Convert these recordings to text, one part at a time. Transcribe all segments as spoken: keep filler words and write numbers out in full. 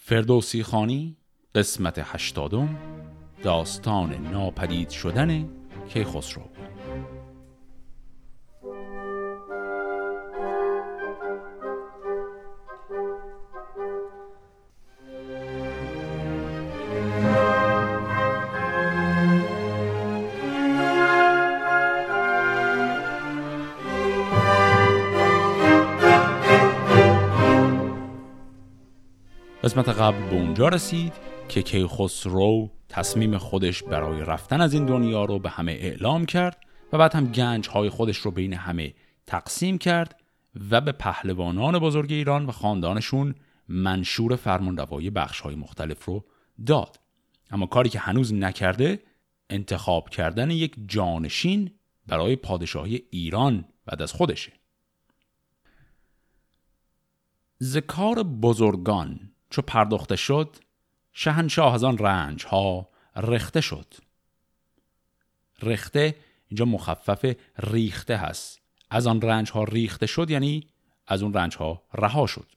فردوسی خانی قسمت هشتادم داستان ناپدید شدن کیخسرو. قسمت قبل به اونجا رسید که کیخسرو تصمیم خودش برای رفتن از این دنیا رو به همه اعلام کرد و بعد هم گنج‌های خودش رو بین همه تقسیم کرد و به پهلوانان بزرگ ایران و خاندانشون منشور فرمانروایی بخش‌های مختلف رو داد. اما کاری که هنوز نکرده انتخاب کردن یک جانشین برای پادشاهی ایران بعد از خودشه. ز کار بزرگان چو پرداخته شد، شهنشاه از آن رنج ها رخته شد. رخته اینجا مخفف ریخته هست. از آن رنج ها ریخته شد یعنی از اون رنج ها رها شد.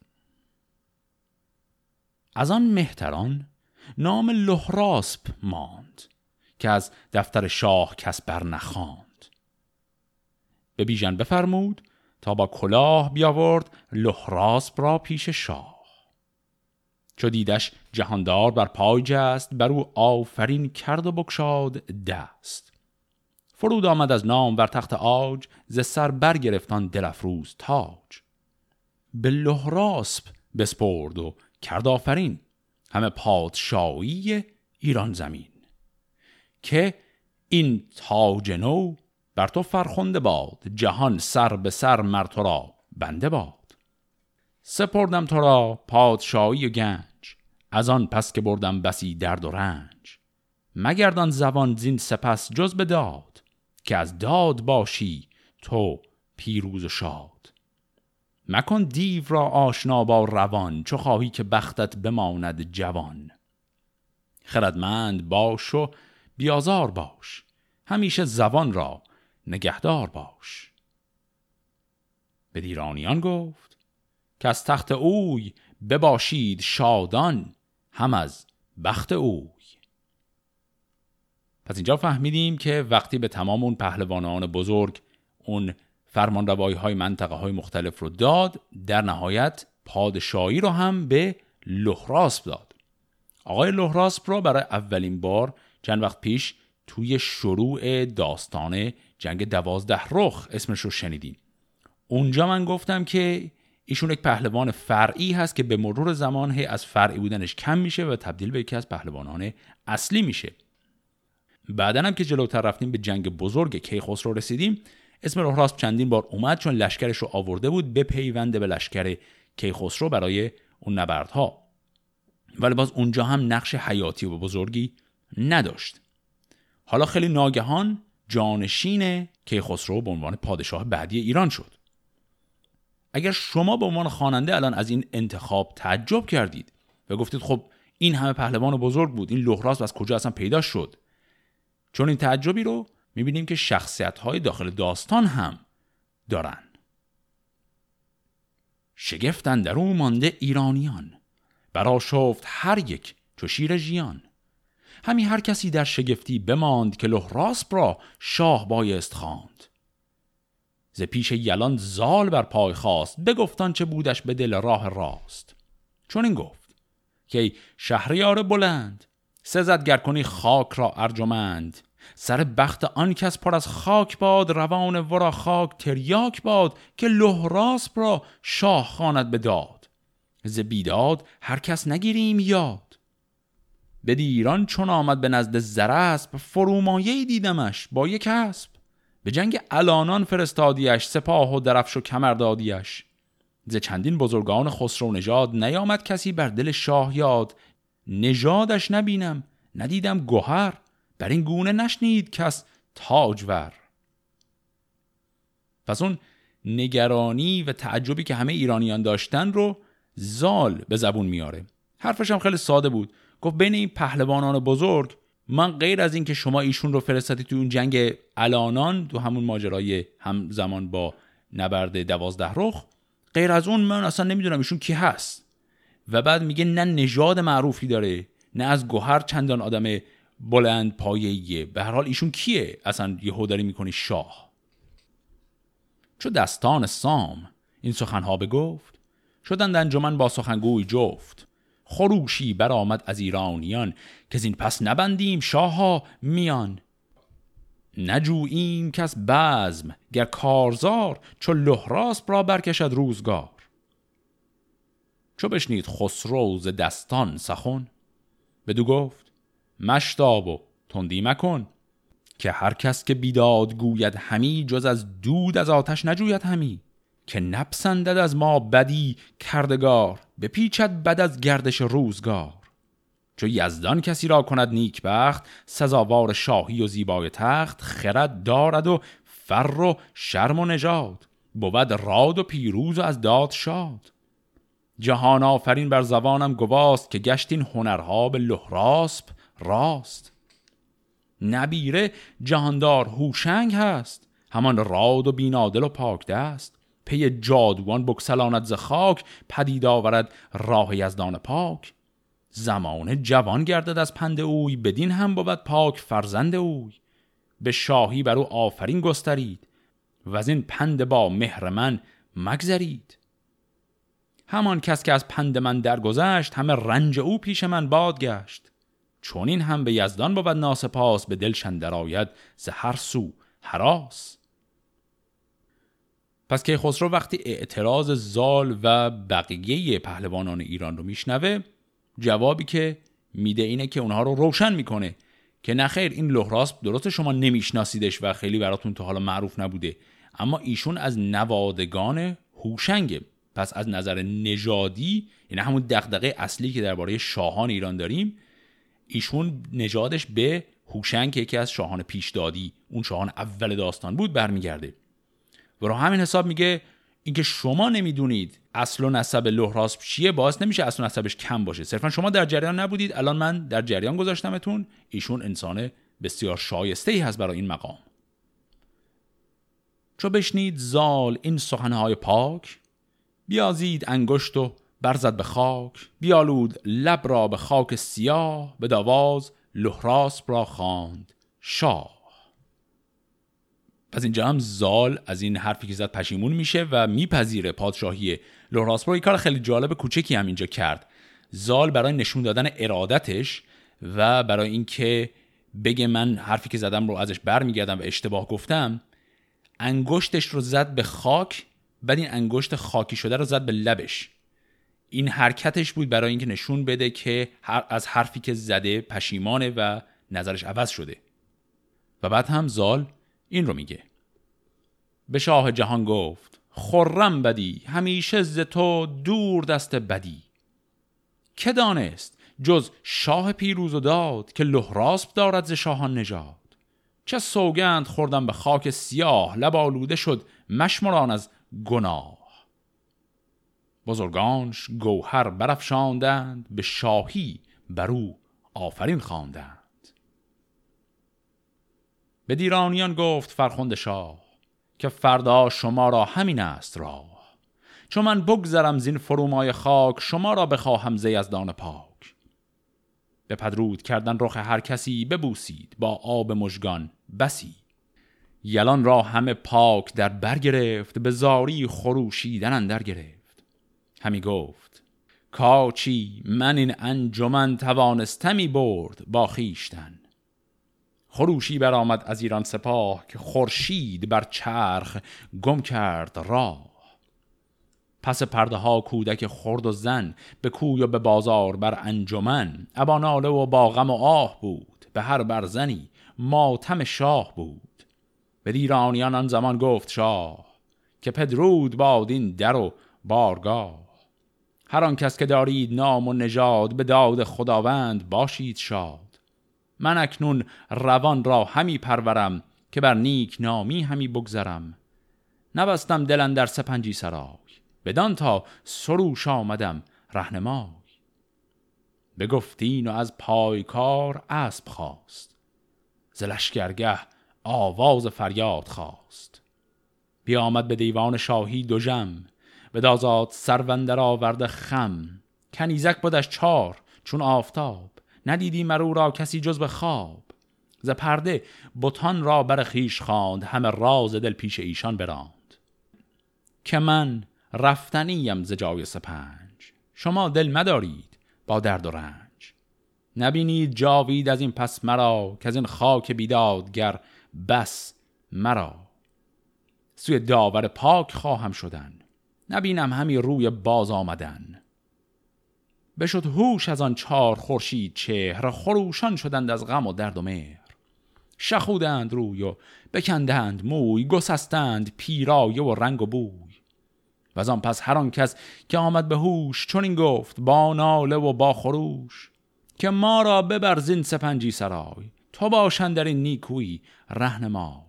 از آن مهتران نام لهراسپ ماند، که از دفتر شاه کس بر نخواند. به بیژن بفرمود تا با کلاه بیاورد، لهراسپ را پیش شاه. چو دیدش جهاندار بر پای جست، بر او آفرین کرد و بگشاد دست. فرود آمد از نام بر تخت عاج، ز سر برگرفتان دل افروز تاج. به لهراسپ بسپرد و کرد آفرین، همه پادشاهی ایران زمین. که این تاج نو بر تو فرخنده باد، جهان سر به سر مر تو را بنده باد. سپردم تو را پادشاهی و گنج، از آن پس که بردم بسی درد و رنج. مگردان زبان زین سپس جز به داد، که از داد باشی تو پیروز و شاد. مکن دیو را آشنا با روان، چو خواهی که بختت بماند جوان. خردمند باش و بیازار باش، همیشه زبان را نگهدار باش. به ایرانیان گفت که از تخت اوی، بباشید شادان هم از بخت اوی. پس اینجا فهمیدیم که وقتی به تمام اون پهلوانان بزرگ اون فرمانروایی های منطقه های مختلف رو داد، در نهایت پادشاهی رو هم به لهراسپ داد. آقای لهراسپ رو برای اولین بار چند وقت پیش توی شروع داستان جنگ دوازده رخ اسمش رو شنیدیم. اونجا من گفتم که ایشون یک پهلوان فرعی هست که به مرور زمان هی از فرعی بودنش کم میشه و تبدیل به یکی از پهلوانان اصلی میشه. بعدن هم که جلوتر رفتیم به جنگ بزرگ کیخسرو رسیدیم، اسم لهراسپ چندین بار اومد چون لشکرش رو آورده بود به پیونده به لشکر کیخسرو برای اون نبردها، ولی باز اونجا هم نقش حیاتی و بزرگی نداشت. حالا خیلی ناگهان جانشین کیخسرو به عنوان پادشاه بعدی ایران شد. اگر شما به عنوان خواننده الان از این انتخاب تعجب کردید و گفتید خب این همه پهلوان بزرگ بود، این لهراسپ از کجا اصلا پیدا شد، چون این تعجبی رو میبینیم که شخصیت‌های داخل داستان هم دارن. شگفتن در او مانده ایرانیان، برا شفت هر یک چو شیر ژیان. همی هر کسی در شگفتی بماند، که لهراسپ را شاه بایست خواند. ز پیش یلان زال بر پای خواست، بگفتان چه بودش به دل راه راست. چون این گفت که ای شهریار بلند، سزد گر کنی خاک را ارجمند. سر بخت آن کس پر از خاک باد، روان ورا خاک تریاک باد. که لهراسپ را شاه خواند به داد، ز بیداد هر کس نگیریم یاد. بدی ایران چون آمد به نزد زراسپ، فرومایه‌ای دیدمش با یک اسب. به جنگ الانان فرستادیش، سپاه و درفش و کمر دادیش. ز چندین بزرگان خسرو نژاد، نیامد کسی بر دل شاه یاد. نژادش نبینم ندیدم گوهر، بر این گونه نشنید کس تاجور. پس اون نگرانی و تعجبی که همه ایرانیان داشتن رو زال به زبون میاره. حرفش هم خیلی ساده بود. گفت بین این پهلوانان بزرگ من غیر از این که شما ایشون رو فرستادید تو اون جنگ الانان، تو همون ماجرای همزمان با نبرد دوازده رخ، غیر از اون من اصلا نمیدونم ایشون کی هست. و بعد میگه نه نژاد معروفی داره، نه از گوهر چندان آدم بلند پایه‌ایه. به هر حال ایشون کیه؟ اصلا یهو داری میکنی شاه. چو دستان سام این سخنها بگفت، شدند انجمن با سخنگوی جفت. خروشی برآمد از ایرانیان، که زین پس نبندیم شاها میان. نجوییم کس بزم گر کارزار، چو لهراسپ را برکشد روزگار. چو بشنید خسرو ز دستان سخن، بدو گفت مشتاب و تندی مکن. که هر کس که بیداد گوید همی، جز از دود از آتش نجوید همی. که نپسندد از ما بدی کردگار، بپیچد بد از گردش روزگار. چو یزدان کسی را کند نیک بخت، سزاوار شاهی و زیبای تخت. خرد دارد و فر و شرم و نژاد، بود راد و پیروز و از داد شاد. جهان آفرین بر زبانم گواست، که گشتین هنرها به لهراسپ راست. نبیره جهاندار هوشنگ هست، همان راد و بینادل و پاک دست. پی جادوان بکسلاند ز خاک، پدید آورد راه یزدان پاک. زمان جوان گردد از پند اوی، بدین هم بود پاک فرزند اوی. به شاهی بر او آفرین گسترید، و از این پند با مهر من مگذرید. همان کس که از پند من درگذشت، همه رنج او پیش من باد گشت. چون این هم به یزدان بود ناسپاس، به دل شندر آید ز هر سو هراس. پس کیخسرو وقتی اعتراض زال و بقیه پهلوانان ایران رو میشنوه، جوابی که میده اینه که اونها رو روشن میکنه که نخیر، این لهراسپ درست شما نمیشناسیدش و خیلی براتون تا حالا معروف نبوده، اما ایشون از نوادگان هوشنگه. پس از نظر نژادی، یعنی همون دغدغه اصلی که درباره شاهان ایران داریم، ایشون نژادش به هوشنگ که یکی از شاهان پیشدادی، اون شاهان اول داستان بود، برمیگرده. و رو همین حساب میگه اینکه شما نمیدونید اصل و نسب لهراسپ چیه، باعث نمیشه اصل و نسبش کم باشه. صرفا شما در جریان نبودید، الان من در جریان گذاشتمتون. ایشون انسان بسیار شایسته‌ای هست برای این مقام. چو بشنید زال این سخنهای پاک، بیازید انگشت و برزد به خاک. بیالود لب را به خاک سیاه، به داواز لهراسپ را خواند شاه. پس اینجا هم زال از این حرفی که زد پشیمون میشه و میپذیره پادشاهی لهراسپ رو. یک کار خیلی جالب کوچکی هم اینجا کرد. زال برای نشون دادن ارادتش و برای اینکه بگه من حرفی که زدم رو ازش برمیگردم و اشتباه گفتم، انگشتش رو زد به خاک، بعد این انگشت خاکی شده رو زد به لبش. این حرکتش بود برای اینکه نشون بده که از حرفی که زده پشیمانه و نظرش عوض شده. و بعد هم زال این رو میگه: به شاه جهان گفت خرم بدی، همیشه ز تو دور دست بدی. که دانست جز شاه پیروز و داد، که لهراسپ دارد ز شاهان نژاد. چه سوگند خوردم به خاک سیاه، لب آلوده شد مشمران از گناه. بزرگانش گوهر برافشاندند، به شاهی برو آفرین خواندند. به دیرانیان گفت فرخنده شاه، که فردا شما را همین است راه. چون من بگذرم زین فرومای خاک، شما را بخواهم ز یزدان پاک. به پدرود کردن رخ هر کسی، ببوسید با آب مژگان بسی. یلان را همه پاک در برگرفت، به زاری خروشیدن اندر گرفت. همی گفت کاچی من این انجمن، توانستمی برد با خیشتن. خروشی برآمد از ایران سپاه، که خورشید بر چرخ گم کرد راه. پس پرده ها کودک خرد و زن، به کوی و به بازار بر انجمن. ابا ناله و با غم و آه بود، به هر برزنی ماتم شاه بود. به دیرانیان آن زمان گفت شاه، که پدرود باد این در و بارگاه. هر آن کس که دارید نام و نژاد، به داد خداوند باشید شاد. من اکنون روان را همی پرورم، که بر نیک نامی همی بگذرم. نبستم دلن در سپنجی سرای، بدان تا سروش آمدم رهنمای. بگفتین و از پایکار اسب خواست، ز لشکرگه آواز فریاد خواست. بیامد به دیوان شاهی دژم، بدازاد سروندر آورده خم. کنیزک بودش چار چون آفتاب، ندیدی مرو را کسی جز به خواب. ز پرده بتان را بر خویش خواند، همه راز دل پیش ایشان براند. که من رفتنیم ز جای سپنج، شما دل مدارید با درد و رنج. نبینید جاوید از این پس مرا، که از این خاک بیدادگر بس مرا. سوی داور پاک خواهم شدن، نبینم همی روی باز آمدن. بشد هوش از آن چار خورشید چهر، خروشان شدند از غم و درد و مهر. شخودند روی و بکندند موی، گسستند پیرایه و رنگ و بوی. و از آن پس هر آن کس که آمد به هوش، چون این گفت با ناله و با خروش. که ما را ببر زین سپنجی سرای، تو باشند در این نیکویی رهنمای.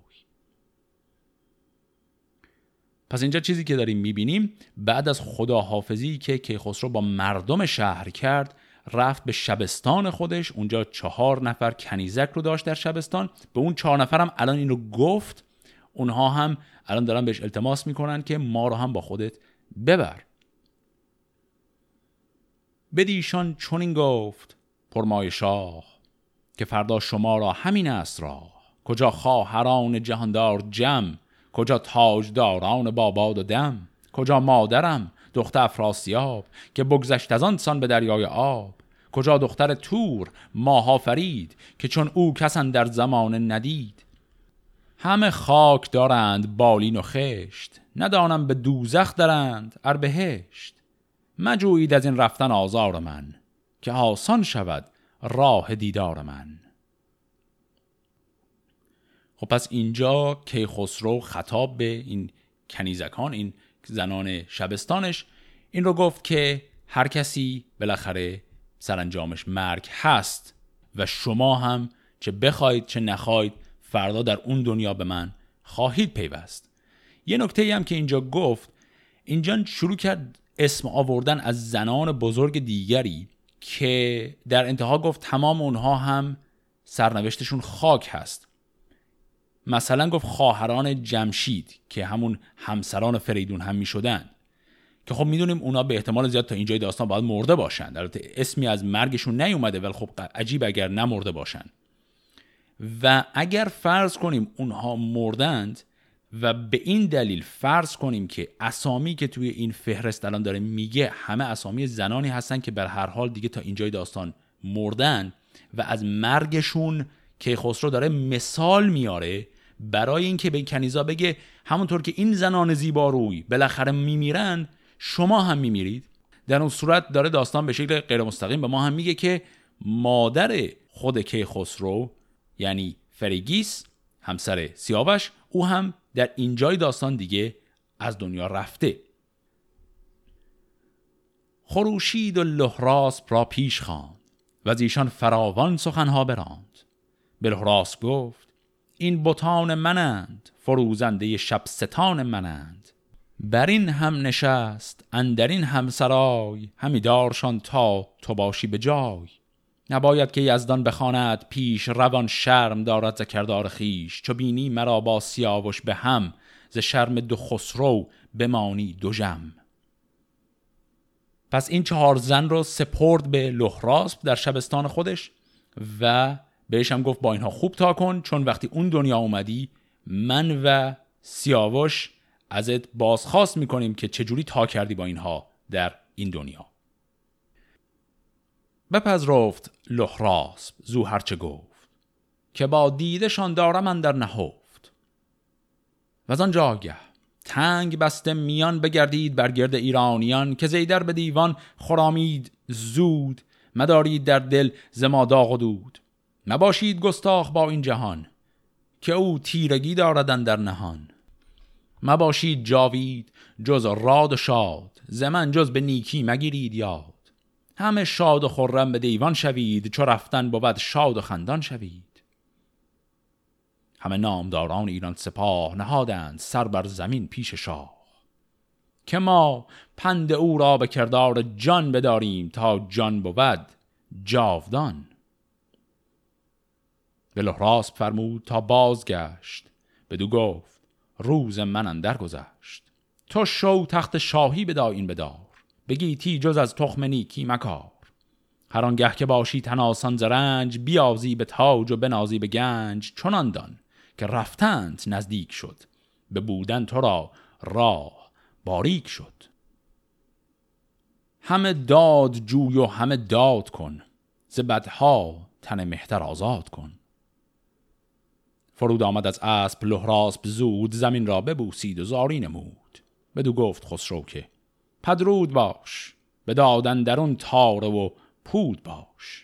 پس اینجا چیزی که داریم میبینیم، بعد از خداحافظی که کیخسرو با مردم شهر کرد، رفت به شبستان خودش. اونجا چهار نفر کنیزک رو داشت در شبستان. به اون چهار نفر هم الان این رو گفت. اونها هم الان دارن بهش التماس میکنن که ما رو هم با خودت ببر. بدیشان چون این گفت پرمای شاه، که فردا شما را همین است راه. کجا خواهران جهاندار جم، کجا تاجداران باباد و دم. کجا مادرم دختر افراسیاب، که بگذشت از آن سان به دریای آب. کجا دختر تور ماها فرید، که چون او کسن در زمان ندید. همه خاک دارند بالین و خشت، ندانم به دوزخ درند ار بهشت. مجویید از این رفتن آزار من، که آسان شود راه دیدار من. خب پس اینجا کیخسرو خطاب به این کنیزکان، این زنان شبستانش، این رو گفت که هر کسی بالاخره سرانجامش مرگ هست و شما هم چه بخواید چه نخواید فردا در اون دنیا به من خواهید پیوست. یه نکته هم که اینجا گفت، اینجا شروع کرد اسم آوردن از زنان بزرگ دیگری که در انتها گفت تمام اونها هم سرنوشتشون خاک هست. مثلا گفت خواهران جمشید که همون همسران فریدون هم می شدن، که خب میدونیم اونا به احتمال زیاد تا اینجای داستان باید مرده باشن. البته اسمی از مرگشون نیومده، ولی خب عجیب اگر نمرده باشن. و اگر فرض کنیم اونها مردند و به این دلیل فرض کنیم که اسامی که توی این فهرست الان داره میگه همه اسامی زنانی هستن که به هر حال دیگه تا اینجای داستان مردن و از مرگشون کیخسرو داره مثال میاره برای اینکه به کنیزا بگه همونطور که این زنان زیباروی بالاخره میمیرن، شما هم میمیرید. در اون صورت داره داستان به شکل غیر مستقیم به ما هم میگه که مادر خود کیخسرو یعنی فریگیس همسر سیاوش، او هم در اینجای داستان دیگه از دنیا رفته. خروشید و لهراسپ را پیش خواند، و از ایشان فراوان سخنها براند. به لهراسپ گفت این بتان منند، فروزنده شب ستان منند. بر این هم نشست اندرین هم سرای، همی دارشان تا تو باشی به جای. نباید که یزدان بخواند پیش، روان شرم دارد ز کردار خیش. چو بینی مرا با سیاوش به هم، ز شرم دو خسرو بمانی دو جم. پس این چهار زن رو سپرد به لهراسپ در شبستان خودش و بهش هم گفت با اینها خوب تا کن، چون وقتی اون دنیا اومدی من و سیاوش ازت بازخواست میکنیم که چجوری تا کردی با اینها در این دنیا. بپذرفت لهراسپ زو هرچه گفت، که با دیدشان دارم اندر نهفت. و از آن جاگه تنگ بسته میان بگردید بر گرد ایرانیان، که زیدر به دیوان خرامید زود. مدارید در دل ز ما داغ و دود، نباشید گستاخ با این جهان، که او تیرگی داردن در نهان. مباشید جاوید جز راد و شاد، ز من جز به نیکی مگیرید یاد. همه شاد و خرم به دیوان شوید، چو رفتن بود شاد و خندان شوید. همه نامداران ایران سپاه، نهادند سر بر زمین پیش شاه. که ما پند او را به کردار جان بداریم، تا جان بود جاودان. به لهراسپ فرمود تا بازگشت، بدو گفت روز من اندر گذشت. تو شو تخت شاهی بدار این بدار، بگیتی جز از تخم نیکی مکار. هر آنگه که باشی تن آسان ز رنج، بیازی به تاج و بنازی به گنج. چنان دان که رفتند نزدیک شد، به بودن تو را راه باریک شد. همه داد جوی و همه داد کن، ز بدها تن مهتر آزاد کن. فرود آمد از اسب لهراسپ زود، زمین را ببوسید و زاری نمود. بدو گفت خسرو که پدرود باش، به دادن درون تاره و پود باش.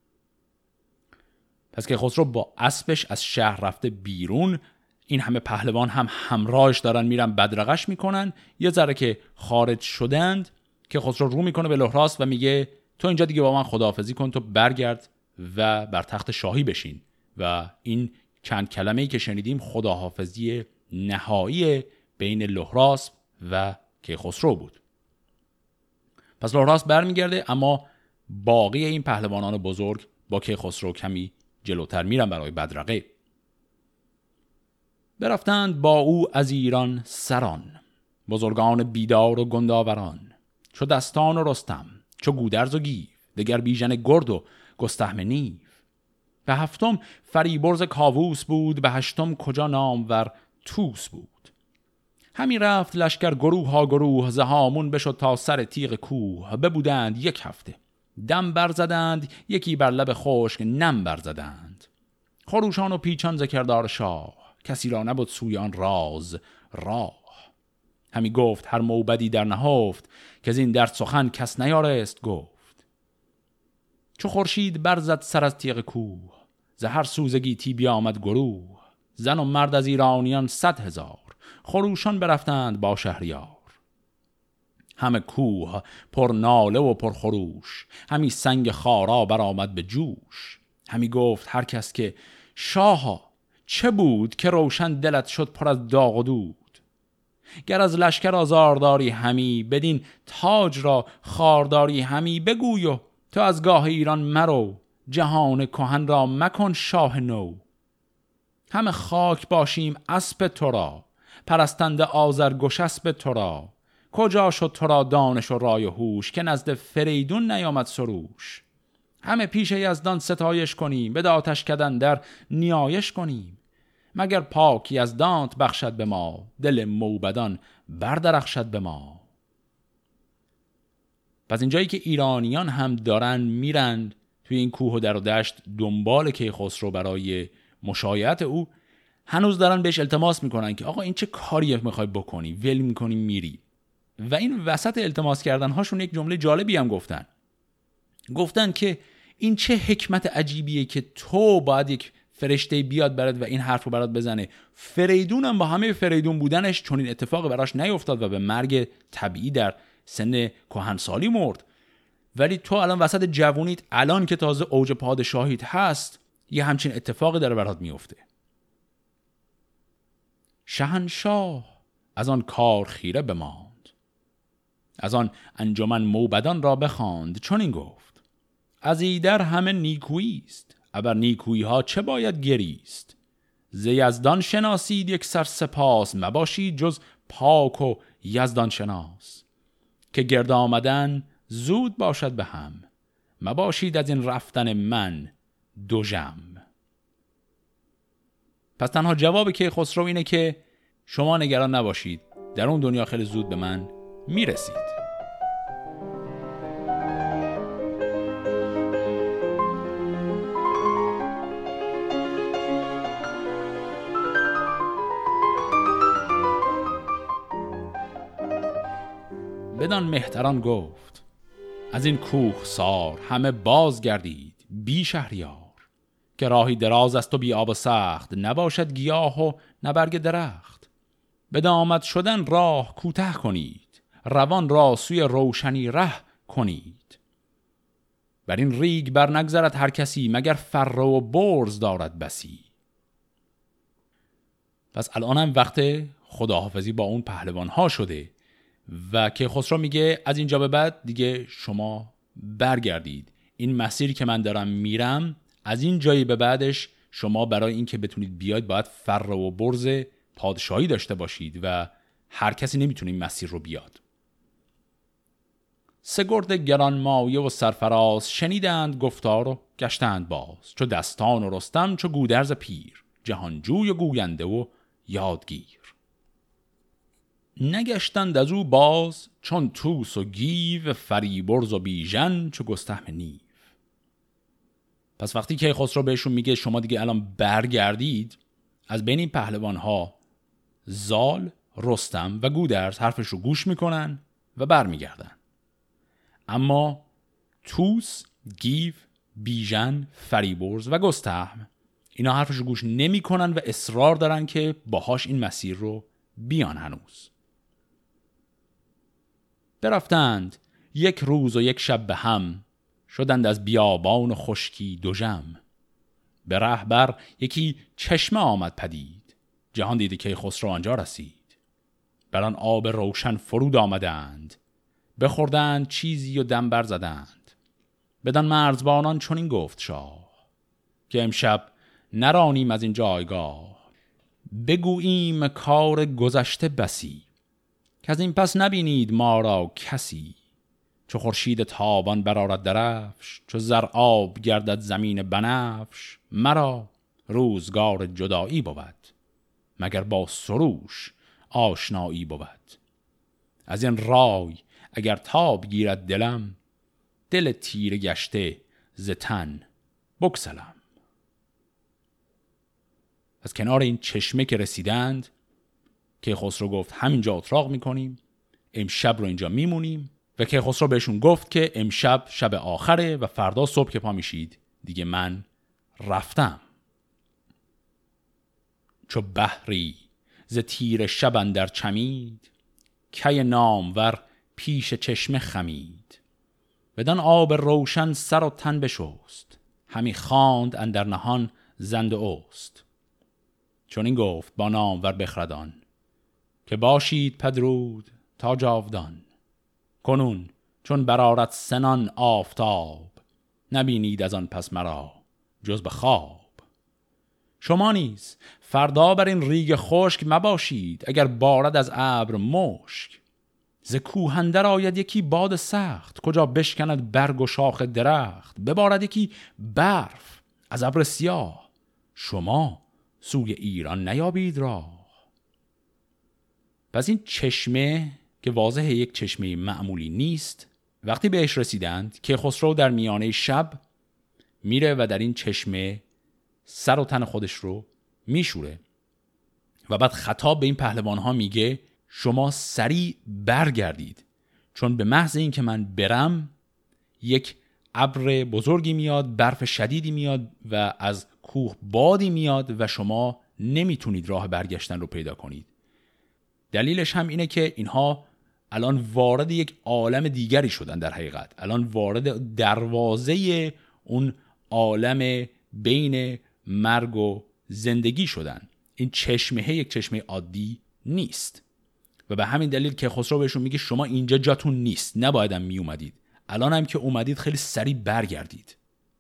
پس که خسرو با اسبش از شهر رفته بیرون، این همه پهلوان هم همراهش دارن میرن بدرقش میکنن. یه ذره که خارج شدند که خسرو رو میکنه به لهراس و میگه تو اینجا دیگه با من خداحافظی کن، تو برگرد و بر تخت شاهی بشین. و این چند کلمه‌ای که شنیدیم خداحافظی نهایی بین لهراس و کیخسرو بود. پس لهراس برمیگرده، اما باقی این پهلوانان بزرگ با کیخسرو کمی جلوتر میرن برای بدرقه. برفتند با او از ایران سران، بزرگان بیدار و گنداوران. چو دستان و رستم، چو گودرز و گیو، دگر بیژن گرد و گستهم نیو. به هفتم فریبرز کاووس بود، به هشتم کجا نامور توس بود. همی رفت لشکر گروه ها گروه، ز هامون بشد تا سر تیغ کوه. ببودند یک هفته دم برزدند، یکی بر لب خشک نم برزدند. خروشان و پیچان ز کردار شاه، کسی را نبود سوی آن راز راه. همی گفت هر موبدی در نهفت، که از این در سخن کس نیارست گفت. چو خورشید برزد سر از تیغ کوه، ز هر سوزگی تی بیامد گروه. زن و مرد از ایرانیان صد هزار، خروشان برفتند با شهریار. همه کوه پر ناله و پر خروش، همی سنگ خارا برآمد به جوش. همی گفت هر کس که شاها چه بود، که روشن دلت شد پر از داغ و دود. گر از لشکر آزارداری همی، بدین تاج را خارداری همی. بگوی و تو از گاه ایران مرو، جهان کهن را مکن شاه نو. همه خاک باشیم اسب تو را، پرستنده آذر گشسب تو را. کجا شد تو را دانش و رای و هوش، که نزد فریدون نیامد سروش. همه پیش یزدان ستایش کنیم، به آتش کدن در نیایش کنیم. مگر پاک یزدانت بخشد به ما، دل موبدان بردرخشد به ما. پس اینجایی که ایرانیان هم دارن میرن توی این کوه و در و دشت دنبال کیخسرو برای مشایعت او، هنوز دارن بهش التماس میکنن که آقا این چه کاری میخوای بکنی، ول میکنی میری. و این وسط التماس کردن هاشون یک جمله جالبی هم گفتن. گفتن که این چه حکمت عجیبیه که تو باید یک فرشته بیاد برات و این حرف رو برات بزنه. فریدون هم با همه فریدون بودنش چون این اتفاق براش نیفتاد و به مرگ طبیعی در سن کهنسالی مرد، ولی تو الان وسط جوونیت، الان که تازه اوج پادشاهیت هست، یه همچین اتفاقی داره برات میفته. شهنشاه از آن کار خیره بماند، از آن انجمن موبدان را بخواند. چون این گفت از ایدر همه نیکویی است، ابر نیکویی ها چه باید گریست. ز یزدان شناسید یک سر سپاس، مباشید جز پاک و یزدان شناس. که گرد آمدن زود باشد به هم، مباشید از این رفتن من دوژم. پس تنها جواب کیخسرو اینه که شما نگران نباشید، در اون دنیا خیلی زود به من میرسید. بدان مهتران گفت از این کوه سار همه باز گردید بی شهریار. که راهی دراز است و بی آب و سخت، نباشد گیاه و نبرگ درخت. به دامت شدن راه کوتاه کنید، روان را سوی روشنی ره کنید. بر این ریگ بر نگذرد هر کسی، مگر فر و برز دارد بسی. پس الان هم وقت خداحافظی با اون پهلوان ها شده و که خسرو میگه از اینجا به بعد دیگه شما برگردید. این مسیری که من دارم میرم، از این جایی به بعدش شما برای این که بتونید بیاید باید فر و برز پادشاهی داشته باشید و هر کسی نمیتونه این مسیر رو بیاد. سه گرد گران مایه و سرفراز شنیدند گفتار و گشتند باز. چو دستان و رستم چو گودرز پیر، جهانجوی و گوینده و یادگیر. نگشتند از او باز چون توس و گیو، فریبرز و بیژن چو گستهم نیو. پس وقتی که کیخسرو بهشون میگه شما دیگه الان برگردید، از بین این پهلوان ها زال، رستم و گودرز حرفش رو گوش میکنن و برمیگردن. اما توس، گیو، بیژن، فریبرز و گستهم اینا حرفش رو گوش نمیکنن و اصرار دارن که باهاش این مسیر رو بیان. هنوز برفتند یک روز و یک شب به هم، شدند از بیابان و خشکی دو ژم. به رهبر یکی چشمه آمد پدید، جهان دیده که کیخسرو آنجا رسید. بر آن آب روشن فرود آمدند، بخوردند چیزی و دم بر زدند. بدان مرزبانان چنین گفت شاه، که امشب نرانیم از این جایگاه. بگوییم کار گذشته بسی، که از این پس نبینید ما را کسی. چو خورشید تابان برآرد درفش، چو زر آب گردد زمین بنفش. مرا روزگار جدایی بود، مگر با سروش آشنایی بود. از این رای اگر تاب گیرد دلم، دل تیره گشته ز تن بگسلم. از کنار این چشمه که رسیدند، کیخسرو گفت همینجا اتراق میکنیم، امشب رو اینجا میمونیم. و کیخسرو بهشون گفت که امشب شب آخره و فردا صبح که پا میشید دیگه من رفتم. چو بحری ز تیر شب اندر چمید، کی نامور پیش چشمه خمید. بدان آب روشن سر و تن بشست، همی خواند اندر نهان زند اوست. چون این گفت با نامور بخردان، که باشید پدرود تا جاودان. کنون چون برآرد سنان آفتاب، نبینید از آن پس مرا جز به خواب. شما نیز فردا بر این ریگ خشک مباشید، اگر بارد از ابر مشک. ز کوه اندر آید یکی باد سخت، کجا بشکند برگ و شاخ درخت. ببارد یکی برف از ابر سیاه، شما سوی ایران نیابید راه. پس این چشمه که واضح یک چشمه معمولی نیست، وقتی بهش رسیدند کیخسرو در میانه شب میره و در این چشمه سر و تن خودش رو میشوره و بعد خطاب به این پهلوان ها میگه شما سریع برگردید، چون به محض این که من برم یک ابر بزرگی میاد، برف شدیدی میاد و از کوه بادی میاد و شما نمیتونید راه برگشتن رو پیدا کنید. دلیلش هم اینه که اینها الان وارد یک عالم دیگری شدن، در حقیقت الان وارد دروازه اون عالم بین مرگ و زندگی شدن. این چشمه یک چشمه عادی نیست و به همین دلیل که خسرو بهشون میگه شما اینجا جاتون نیست، نبایدم می اومدید، الان هم که اومدید خیلی سریع برگردید.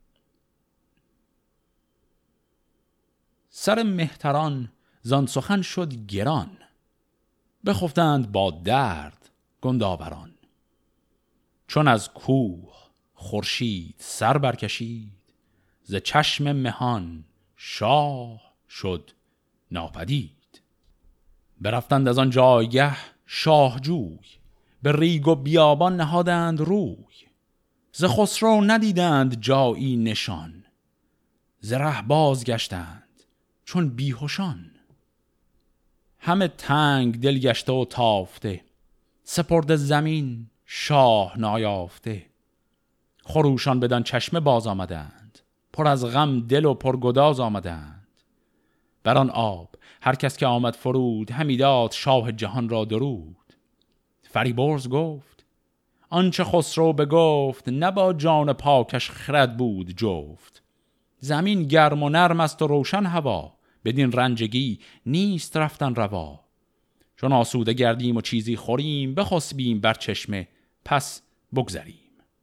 سر مهتران زان سخن شد گران، بخفتند با درد گنداوران. چون از کوه خورشید سر برکشید، ز چشم مهان شاه شد ناپدید. برفتند از آن جایگه شاهجوی، به ریگ و بیابان نهادند روی. ز خسرو ندیدند جایی نشان، ز ره باز گشتند چون بیهوشان. همه تنگ دل گشته و تافته، سپرد زمین شاه نایافته. خروشان بدان چشمه باز آمدند، پر از غم دل و پر گداز آمدند. بر آن آب هر کس که آمد فرود، همی داد شاه جهان را درود. فریبرز گفت آنچه خسرو بگفت، نه با جان پاکش خرد بود جفت. زمین گرم و نرم است و روشن هوا، بدین رنجگی نیست رفتن روا. چون آسوده گردیم و چیزی خوریم، بخسبیم بر چشمه پس بگذریم.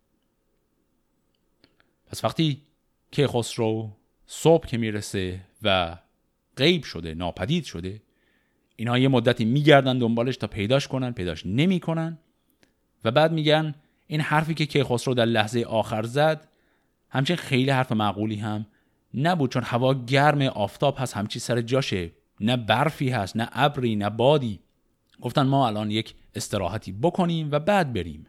پس وقتی که خسرو صبح که میرسه و غیب شده، ناپدید شده، اینها یه مدتی میگردن دنبالش تا پیداش کنن، پیداش نمی کنن و بعد میگن این حرفی که کیخسرو در لحظه آخر زد همچنین خیلی حرف معقولی هم نبود، چون هوا گرم، آفتاب هست، همچی سر جاشه، نه برفی هست، نه ابری، نه بادی. گفتن ما الان یک استراحتی بکنیم و بعد بریم.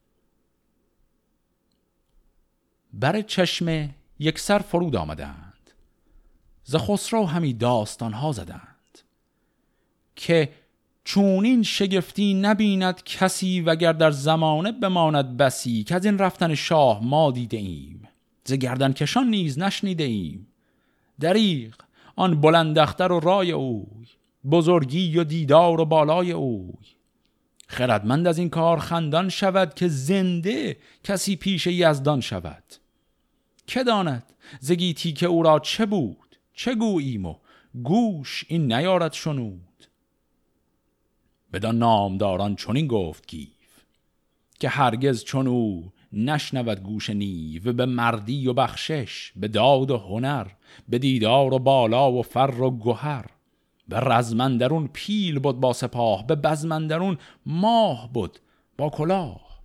بر چشمه یک سر فرود آمدند، ز خسرو همی داستان ها زدند، که چون این شگفتی نبیند کسی، وگر در زمانه بماند بسی، که از این رفتن شاه ما دیده ایم، ز گردن کشان نیز نشنیده ایم. دریغ آن بلند اختر و رای اوی، بزرگی و دیدار و بالای اوی. خردمند از این کار خندان شود، که زنده کسی پیش یزدان شود. که داند ز گیتی که او را چه بود، چه گوییم و گوش این نیارد شنود. بدان نامداران چنین گفت گیو، که هرگز چون او نشنود گوش نیو. به مردی و بخشش، به داد و هنر، به دیدار و بالا و فر و گوهر. به رزمندرون پیل بود با سپاه، به بزمندرون ماه بود با کلاه.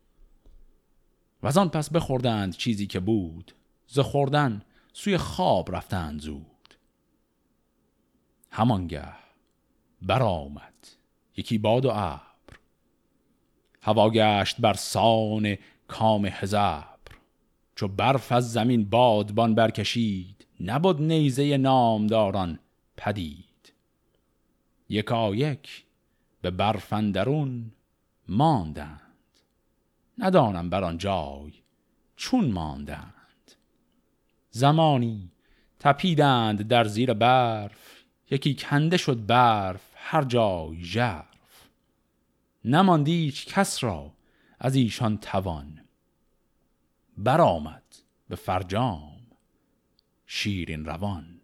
و از آن پس بخوردند چیزی که بود، ز خوردن سوی خواب رفتند زود. همانگه برآمد یکی باد و ابر، هوا گشت بر سان کام هزبر. چو برف از زمین بادبان برکشید، نبود نیزه نامداران پدید. یکایک به برف اندرون ماندند، ندانم بر آن جای چون ماندند. زمانی تپیدند در زیر برف، یکی کنده شد برف هر جای ژرف. نماند هیچ کس را از ایشان توان، برآمد به فرجام شیرین روان.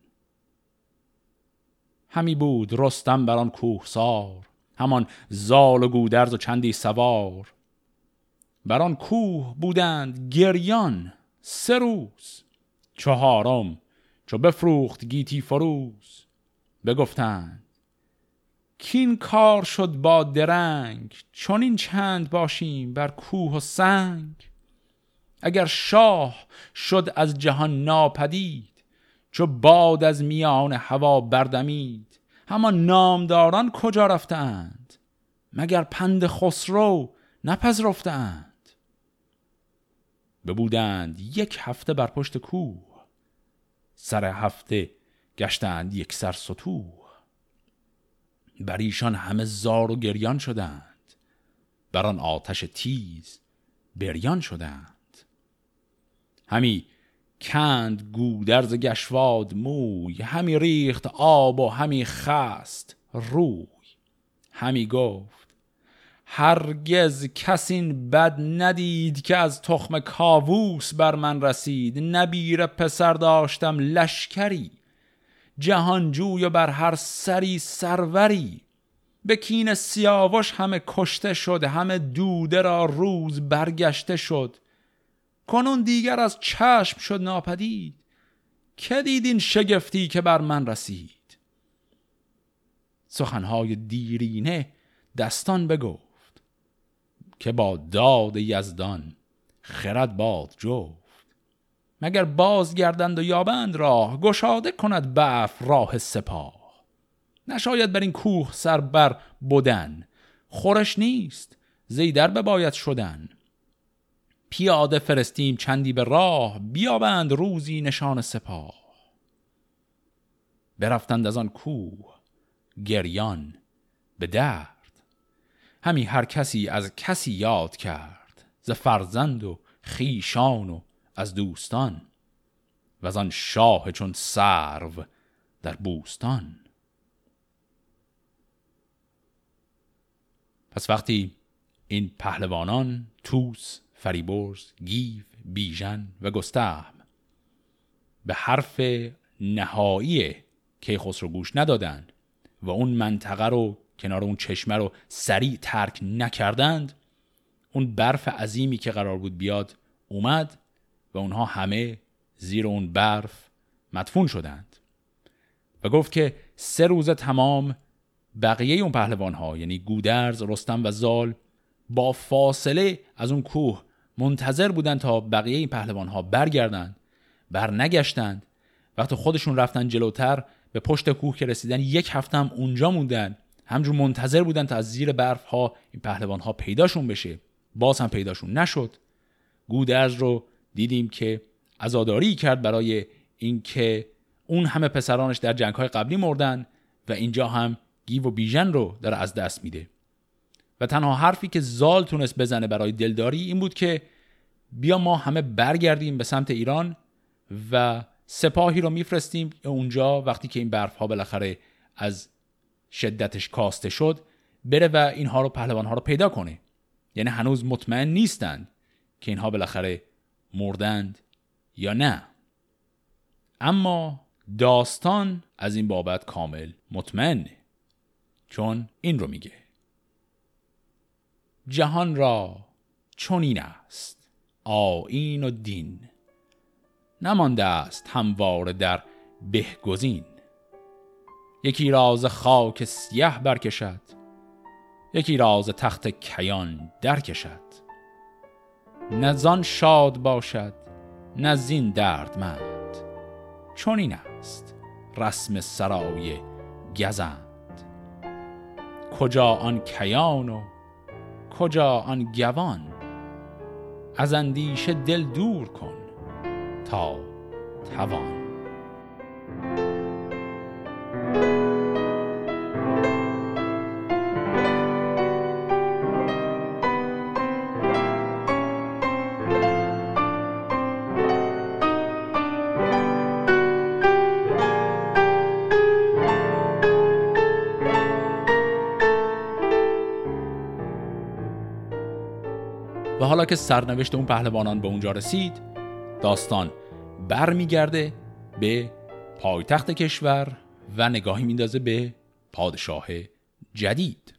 همی بود رستم بر آن کوهسار، همان زال و گودرز و چندی سوار. بر آن کوه بودند گریان سه روز، چهارم چو بفروخت گیتی فروز. بگفتند کین کار شد با درنگ، چون این چند باشیم بر کوه و سنگ. اگر شاه شد از جهان ناپدید، چو باد از میان هوا بردمید. همان نامداران کجا رفتند، مگر پند خسرو نپذرفتند. ببودند یک هفته بر پشت کوه، سر هفته گشتند یک سر ستوه. بر ایشان همه زار و گریان شدند، بر آن آتش تیز بریان شدند. همی کند گودرز گشواد موی، همی ریخت آب و همی خست روی. همی گفت هرگز کس این بد ندید، که از تخم کاووس بر من رسید. نبیره پسر داشتم لشکری، جهانجوی و بر هر سری سروری. به کین سیاوش همه کشته شد، همه دوده را روز برگشته شد. کنون دیگر از چشم شد ناپدید، که دید این شگفتی که بر من رسید. سخنهای دیرینه دستان بگفت، که با داد یزدان خرد باد جفت. مگر باز گردند و یابند راه، گشاده کند برف راه سپاه. نشاید بر این کوه سر بر بودن، خورش نیست زیدر بباید شدن. پیاده فرستیم چندی به راه، بیابند روزی نشان سپاه. برفتند از آن کوه گریان به درد، همی هر کسی از کسی یاد کرد. ز فرزند و خیشان و از دوستان، و از آن شاه چون سرو در بوستان. پس وقتی این پهلوانان توس، فریبرز، گیو، بیژن و گستهم به حرف نهایی کیخسرو گوش ندادند و اون منطقه رو کنار اون چشمه رو سریع ترک نکردند، اون برف عظیمی که قرار بود بیاد اومد و اونها همه زیر اون برف مدفون شدند. و گفت که سه روز تمام بقیه اون پهلوان ها، یعنی گودرز، رستم و زال، با فاصله از اون کوه منتظر بودن تا بقیه این پهلوان ها برگردند. بر نگشتند. وقتی خودشون رفتن جلوتر به پشت کوه که رسیدن یک هفته هم اونجا موندن، همجور منتظر بودن تا از زیر برف ها این پهلوان ها پیداشون بشه. باز هم پیداشون نشد. گودرز رو دیدیم که عزاداری کرد برای اینکه اون همه پسرانش در جنگ‌های قبلی مردن و اینجا هم گیو و بیژن رو داره از دست میده. و تنها حرفی که زال تونست بزنه برای دلداری این بود که بیا ما همه برگردیم به سمت ایران و سپاهی رو میفرستیم اونجا وقتی که این برف ها بالاخره از شدتش کاسته شد بره و اینها رو پهلوان‌ها رو پیدا کنه. یعنی هنوز مطمئن نیستند که اینها بالاخره مردند یا نه. اما داستان از این بابت کامل مطمئنه، چون این رو میگه: جهان را چنین است آیین و دین، نمانده است همواره در بهگزین. یکی راز خاک سیه برکشد، یکی راز تخت کیان در کشد. نه زان شاد باشد نه زین دردمند، چنین است رسم سرای گزند. کجا آن کیان و کجا آن گوان، از اندیشه دل دور کن تا توان. و حالا که سرنوشت اون پهلوانان به اونجا رسید، داستان بر میگرده به پایتخت کشور و نگاهی میندازه به پادشاه جدید.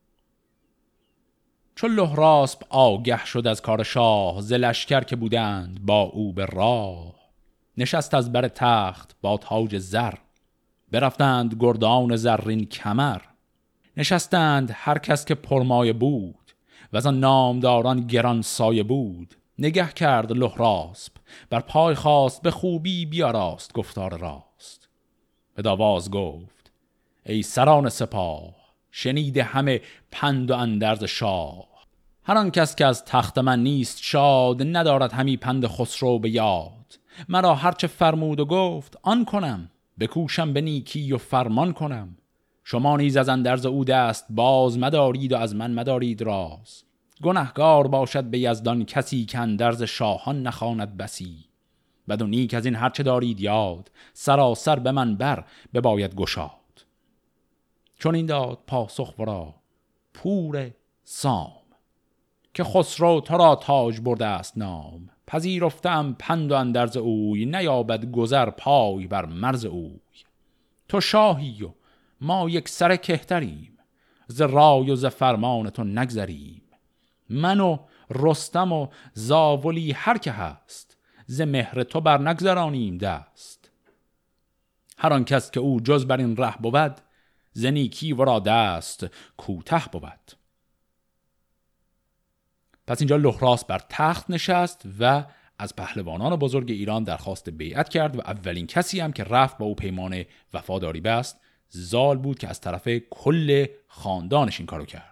چون لهراسپ آگه شد از کار شاه، ز لشکر که بودند با او به راه. نشست از بر تخت با تاج زر، برفتند گردان زرین کمر. نشستند هر کس که پرمایه بود، و از آن نامداران گران سایه بود. نگه کرد لهراسپ بر پای خواست، به خوبی بیاراست گفتار راست. به داواز گفت ای سران سپاه، شنیده همه پند و اندرز شاه. هر آن کس که از تخت من نیست شاد، ندارد همی پند خسرو به یاد. مرا هرچه فرمود و گفت آن کنم، بکوشم به نیکی و فرمان کنم. شما نیز از اندرز او دست باز، مدارید و از من مدارید راز. گنهگار باشد به یزدان کسی، که اندرز شاهان نخواند بسی. بد و نیک از این هرچه دارید یاد، سراسر به من بر بباید گشاد. چون این داد پاسخ ورا پور سام، که خسرو تو را تاج برده است نام. پذیرفتم پند و اندرز اوی، نیابد گذر پای بر مرز اوی. تو شاهی و ما یک سر کهتریم، ز رای و ز فرمان تو نگذریم. من و رستم و زاولی هر که هست، ز مهر تو بر نگذرانیم دست. هر آن کس که او جز بر این ره بود، ز نیکی ورا دست کوته بود. پس اینجا لهراسپ بر تخت نشست و از پهلوانان بزرگ ایران درخواست بیعت کرد و اولین کسی هم که رفت با او پیمان وفاداری بست زال بود که از طرف کل خاندانش این کارو کرد.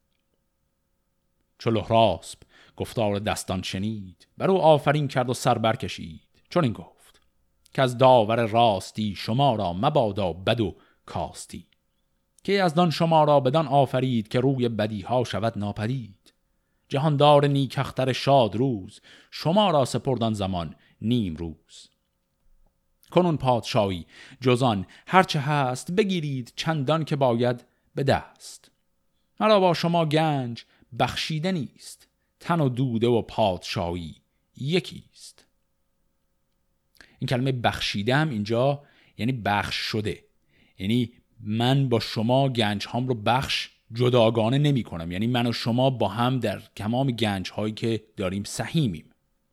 چو لهراسپ گفتار دستان شنید، بر او آفرین کرد و سر برکشید. چون این گفت که از داور راستی، شما را مبادا بد و کاستی. که از دان شما را بدان آفرید، که روی بدی ها شود ناپدید. جهاندار نیکختر شاد روز، شما را سپردان زمان نیم روز. کنون پادشاهی جزان هرچه هست، بگیرید چندان که باید به دست. مرا با شما گنج بخشیده نیست، تن و دوده و پادشاهی یکیست. این کلمه بخشیده هم اینجا یعنی بخش شده، یعنی من با شما گنج هام رو بخش جداگانه نمی کنم، یعنی من و شما با هم در تمام گنج هایی که داریم سهیمیم.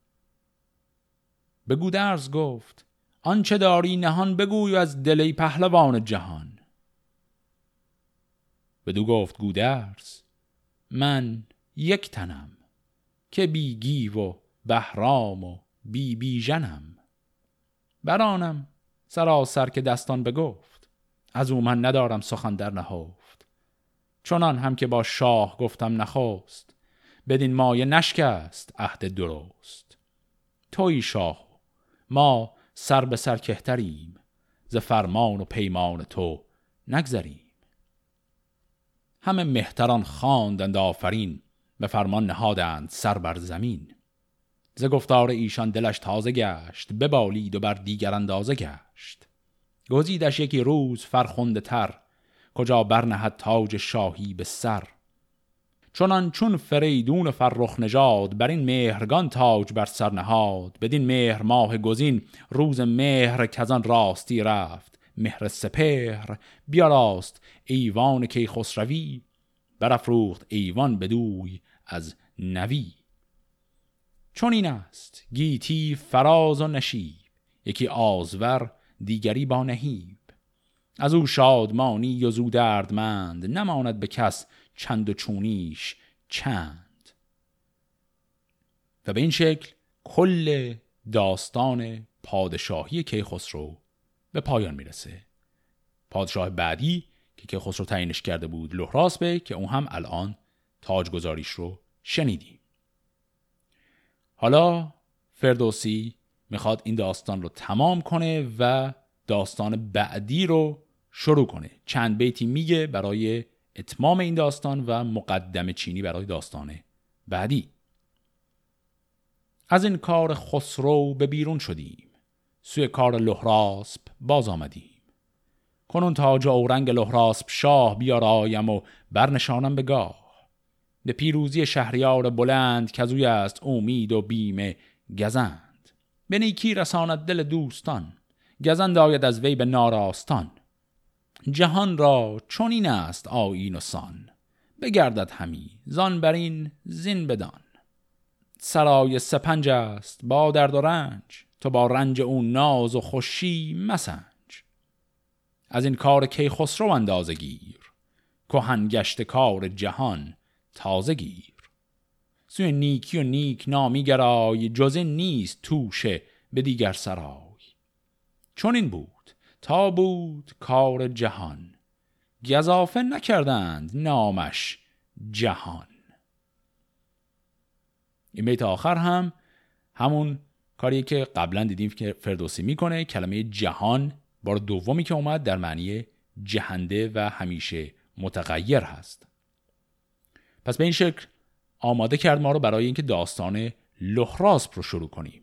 به گودرز گفت آنچه داری نهان، بگوی از دلی پهلوان جهان. بدو گفت گودرز من یک تنم، که بی گیو و بهرام و بی بیژنم. برانم سراسر که دستان بگفت، از او من ندارم سخن در نهفت. چنان هم که با شاه گفتم نخست، بدین مایه نشکست عهد درست. تویی شاه ما سر به سر کهتریم، ز فرمان و پیمان تو نگذریم. همه مهتران خواندند آفرین، به فرمان نهادند سر بر زمین. ز گفتار ایشان دلش تازه گشت، ببالید و بر دیگر اندازه گشت. گزیدش یکی روز فرخنده تر، کجا برنهد تاج شاهی به سر. چنان چون فریدون فرخ نژاد، بر این مهرگان تاج بر سر نهاد. بدین مهر ماه گزین روز مهر، کزان راستی رفت مهر سپهر. بیاراست ایوان کیخسروی، برافروخت ایوان بدوی از نوی. چون این است گیتی فراز و نشیب، یکی آزور دیگری با نهیب. از او شادمانی و زو دردمند، نماند به کس چند و چونیش چند. و به این شکل کل داستان پادشاهی کیخسرو به پایان میرسه. پادشاه بعدی که کیخسرو تعیینش کرده بود لهراسبه، که اون هم الان تاجگذاریش رو شنیدیم. حالا فردوسی میخواد این داستان رو تمام کنه و داستان بعدی رو شروع کنه. چند بیتی میگه برای اتمام این داستان و مقدمه چینی برای داستان بعدی. از این کار خسرو به بیرون شدیم، سوی کار لهراسب باز آمدیم. کنون تاج اورنگ لهراسب شاه، بیارایم و برنشانم به گاه. به پیروزی شهریار بلند، کزوی است امید و بیم گزند. به نیکی رساند دل دوستان، گزند آید از وی به ناراستان. جهان را چون این است آیین و سان، بگردد همی زان برین زین بدان. سرای سپنج است با درد و رنج، تو با رنج اون ناز و خوشی مسنج. از این کار کیخسرو اندازه گیر، کهن گشت کار جهان تازه گیر. سوی نیکی و نیک نامی گرای، جز این نیست توشه به دیگر سرای. چون این بود تا بود کار جهان، گزافه نکردند نامش جهان. این بیت آخر هم همون کاریه که قبلا دیدیم که فردوسی میکنه. کلمه جهان بار دومی که اومد در معنی جهنده و همیشه متغیر هست. پس به این شکل آماده کرد ما رو برای اینکه داستان لهراسب رو شروع کنیم.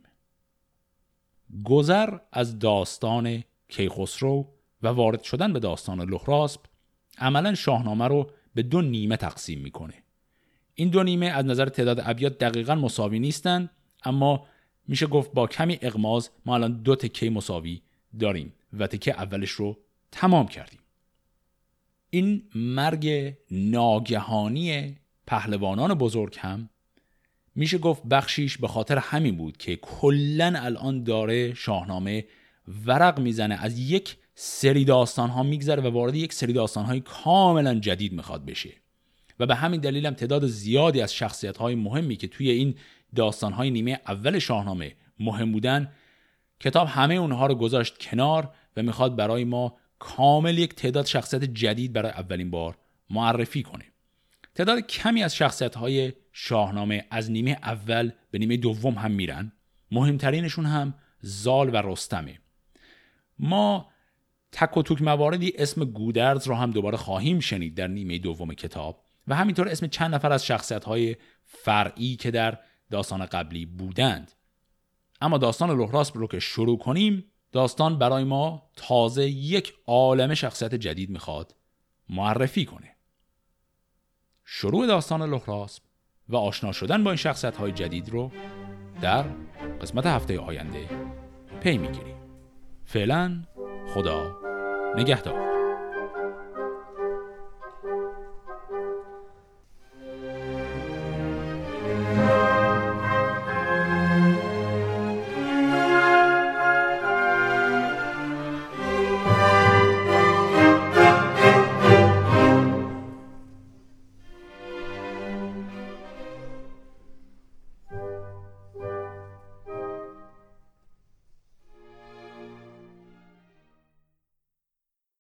گذر از داستان کیخسرو و وارد شدن به داستان لهراسب عملا شاهنامه رو به دو نیمه تقسیم میکنه. این دو نیمه از نظر تعداد ابیات دقیقاً مساوی نیستن، اما میشه گفت با کمی اغماض ما الان دو تکه مساوی داریم و تکه اولش رو تمام کردیم. این مرگ ناگهانی پهلوانان بزرگ هم میشه گفت بخشیش به خاطر همین بود که کلن الان داره شاهنامه ورق میزنه، از یک سری داستان ها میگذره و وارد یک سری داستان های کاملا جدید میخواد بشه. و به همین دلیل هم تعداد زیادی از شخصیت های مهمی که توی این داستان های نیمه اول شاهنامه مهم بودن، کتاب همه اونها رو گذاشت کنار و میخواد برای ما کامل یک تعداد شخصیت جدید برای اولین بار معرفی کنه. تعداد کمی از شخصیت های شاهنامه از نیمه اول به نیمه دوم هم میرن. مهمترینشون هم زال و رستمه. ما تک و توک مواردی اسم گودرز رو هم دوباره خواهیم شنید در نیمه دوم کتاب و همینطور اسم چند نفر از شخصیت های فرعی که در داستان قبلی بودند. اما داستان لهراسب رو که شروع کنیم، داستان برای ما تازه یک عالمه شخصیت جدید میخواد معرفی کنه. شروع داستان لهراسب و آشنا شدن با این شخصیت های جدید رو در قسمت هفته آینده پی میگیریم. فعلا خدا نگهدار.